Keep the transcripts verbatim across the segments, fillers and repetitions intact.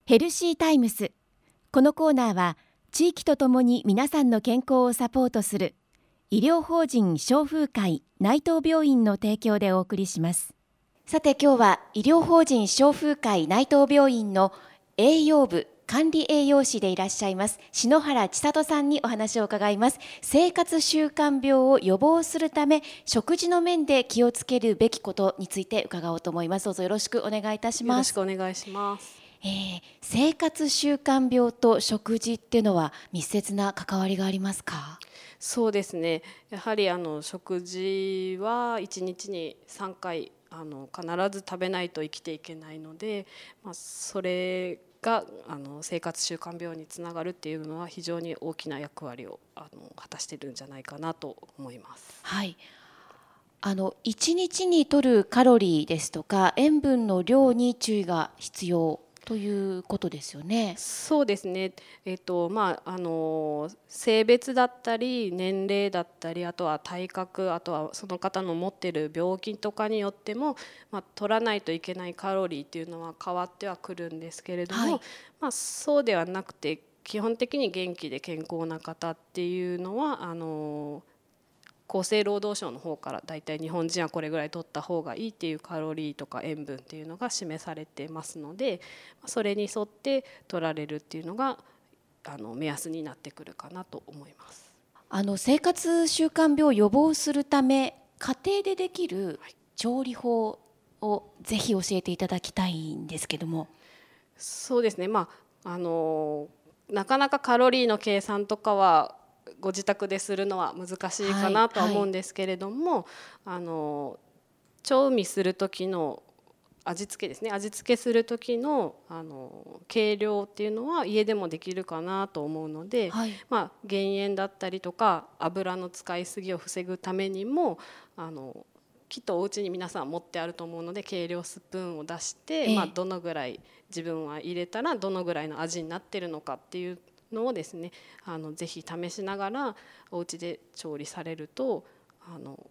ヘルシータイムス。このコーナーは地域とともに皆さんの健康をサポートする医療法人消風会内藤病院の提供でお送りします。さて今日は医療法人消風会内藤病院の栄養部管理栄養士でいらっしゃいます篠原千里さんにお話を伺います。生活習慣病を予防するため食事の面で気をつけるべきことについて伺おうと思います。どうぞよろしくお願いいたします。 よろしくお願いします。 えー、生活習慣病と食事っていうのは密接な関わりがありますか？ そうですね、やはりあの食事はいちにちにさんかいあの必ず食べないと生きていけないので、まあ、それがあの生活習慣病につながるっていうのは非常に大きな役割をあの果たしているんじゃないかなと思います。 はい、あのいちにちに摂るカロリーですとか塩分の量に注意が必要ということですよね。 そうですね、えっとまあ、あの性別だったり年齢だったりあとは体格あとはその方の持っている病気とかによっても、まあ、取らないといけないカロリーっていうのは変わってはくるんですけれども、はい、まあ、そうではなくて基本的に元気で健康な方っていうのはあの厚生労働省の方からだいたい日本人はこれぐらい取った方がいいっていうカロリーとか塩分っていうのが示されてますので、それに沿って取られるっていうのがあの目安になってくるかなと思います。 あの生活習慣病を予防するため家庭でできる調理法をぜひ教えていただきたいんですけども。 そうですね、まあ、あのなかなかカロリーの計算とかはご自宅でするのは難しいかなとは思うんですけれども、はいはい、あの調味する時の味付けですね味付けする時のあの計量っていうのは家でもできるかなと思うので、はい、まあ、減塩だったりとか油の使いすぎを防ぐためにもあのきっとお家に皆さん持ってあると思うので計量スプーンを出して、ええ、まあ、どのぐらい自分は入れたらどのぐらいの味になってるのかっていうのをですね、あのぜひ試しながらお家で調理されるとあの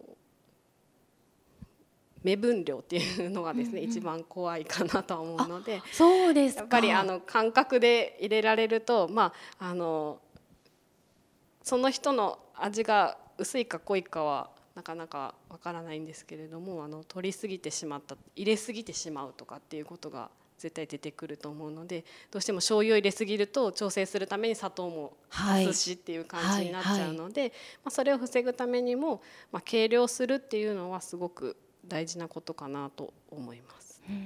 目分量っていうのがですね、うんうん、一番怖いかなとは思うので、 そうですか。 やっぱりあの感覚で入れられると、まあ、あのその人の味が薄いか濃いかはなかなかわからないんですけれども、あの取りすぎてしまった入れすぎてしまうとかっていうことが絶対出てくると思うので、どうしても醤油を入れすぎると調整するために砂糖も足すしっていう感じになっちゃうので、はいはいはい、まあ、それを防ぐためにも、まあ、計量するっていうのはすごく大事なことかなと思います。うん、はい、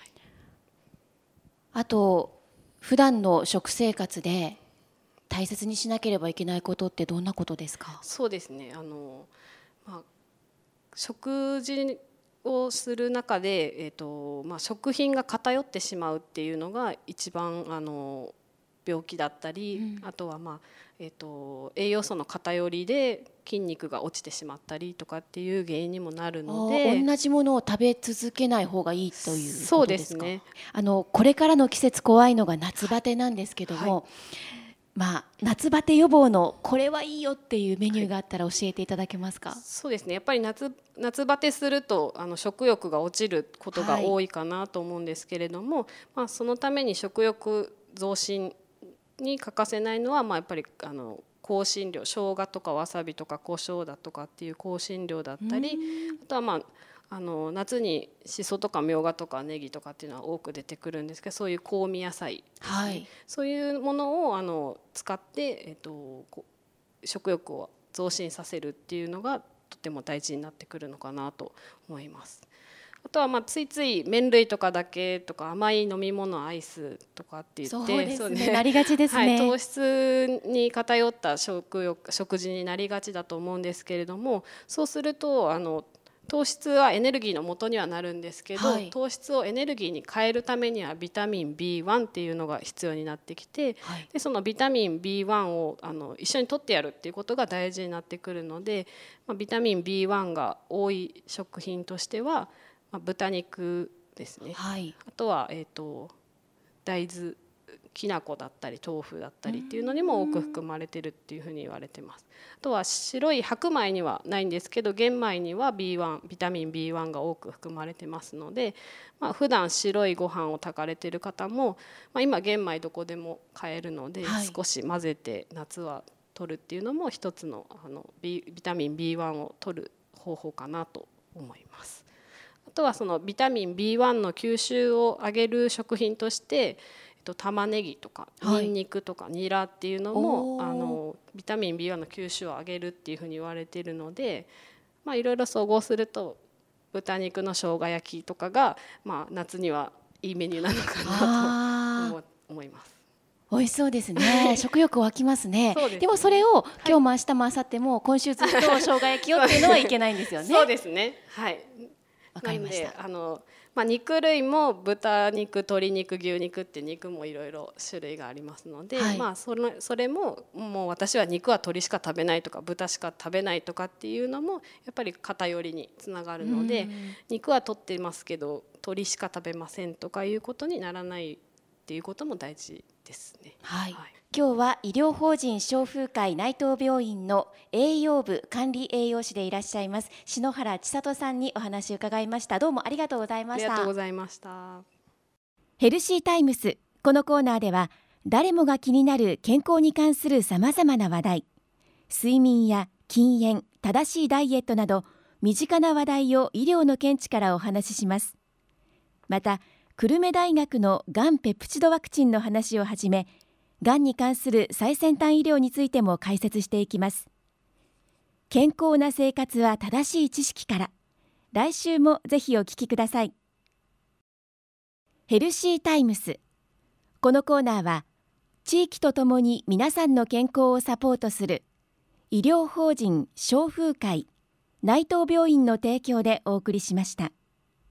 あと普段の食生活で大切にしなければいけないことってどんなことですか？ そうですね、あの、まあ、食事をする中で、えーとまあ、食品が偏ってしまうっていうのが一番あの病気だったり、うん、あとは、まあえーと、栄養素の偏りで筋肉が落ちてしまったりとかっていう原因にもなるので、 同じものを食べ続けない方がいいということですか？ そうですね。 あのこれからの季節怖いのが夏バテなんですけども、はい、まあ、夏バテ予防のこれはいいよっていうメニューがあったら教えていただけますか？はい、 そうですね、やっぱり 夏, 夏バテするとあの食欲が落ちることが多いかなと思うんですけれども、はい、まあ、そのために食欲増進に欠かせないのは、まあ、やっぱりあの香辛料、生姜とかわさびとか胡椒だとかっていう香辛料だったり、あとは、まあ、あの夏にしそとかみょうがとかネギとかっていうのは多く出てくるんですけど、そういう香味野菜ですね、はい、そういうものをあの使って、えっと、食欲を増進させるっていうのがとても大事になってくるのかなと思います。あとはまあついつい麺類とかだけとか甘い飲み物アイスとかって言って、 そうですね、なりがちですね、 はい、糖質に偏った食欲、食事になりがちだと思うんですけれども、そうするとあの糖質はエネルギーの元にはなるんですけど、はい、糖質をエネルギーに変えるためにはビタミン ビーワン っていうのが必要になってきて、はい、でそのビタミン ビーワン をあの一緒に取ってやるっていうことが大事になってくるので、まあ、ビタミン ビーワン が多い食品としては、まあ、豚肉ですね、はい、あとは、えーと、大豆きな粉だったり豆腐だったりっていうのにも多く含まれてるっていうふうに言われてます。あとは白い白米にはないんですけど、玄米には ビーワン ビタミン ビーワン が多く含まれてますので、まあ、普段白いご飯を炊かれてる方も、まあ、今玄米どこでも買えるので、はい、少し混ぜて夏は取るっていうのも一つの、あの ビ, ビタミン ビーワン を取る方法かなと思います。あとはそのビタミン ビーワン の吸収を上げる食品として、玉ねぎとかニンニクとかニラっていうのも、はい、あのビタミン ビーワン の吸収を上げるっていうふうに言われているので、まあ、いろいろ総合すると豚肉の生姜焼きとかが、まあ、夏にはいいメニューなのかなと思います。 美味しそうですね。食欲湧きますね。で, すねでもそれを今日も明日も明後日も今週ずっと生姜焼きをっていうのはいけないんですよね。 そうですね。はい。 わかりました。 あのまあ、肉類も豚肉、鶏肉、牛肉って肉もいろいろ種類がありますので、はい、まあ、それ、それももう私は肉は鶏しか食べないとか豚しか食べないとかっていうのもやっぱり偏りにつながるので、肉は取ってますけど鶏しか食べませんとかいうことにならないっていうことも大事ですね。 はいはい、今日は医療法人消風会内藤病院の栄養部管理栄養士でいらっしゃいます篠原千里さんにお話を伺いました。どうもありがとうございました。 ありがとうございました。 ヘルシータイムス、このコーナーでは誰もが気になる健康に関するさまざまな話題、睡眠や禁煙、正しいダイエットなど身近な話題を医療の見地からお話しします。また久留米大学のがんペプチドワクチンの話をはじめ、がんに関する最先端医療についても解説していきます。健康な生活は正しい知識から。来週もぜひお聞きください。ヘルシータイムス、このコーナーは地域とともに皆さんの健康をサポートする医療法人消風会内藤病院の提供でお送りしました。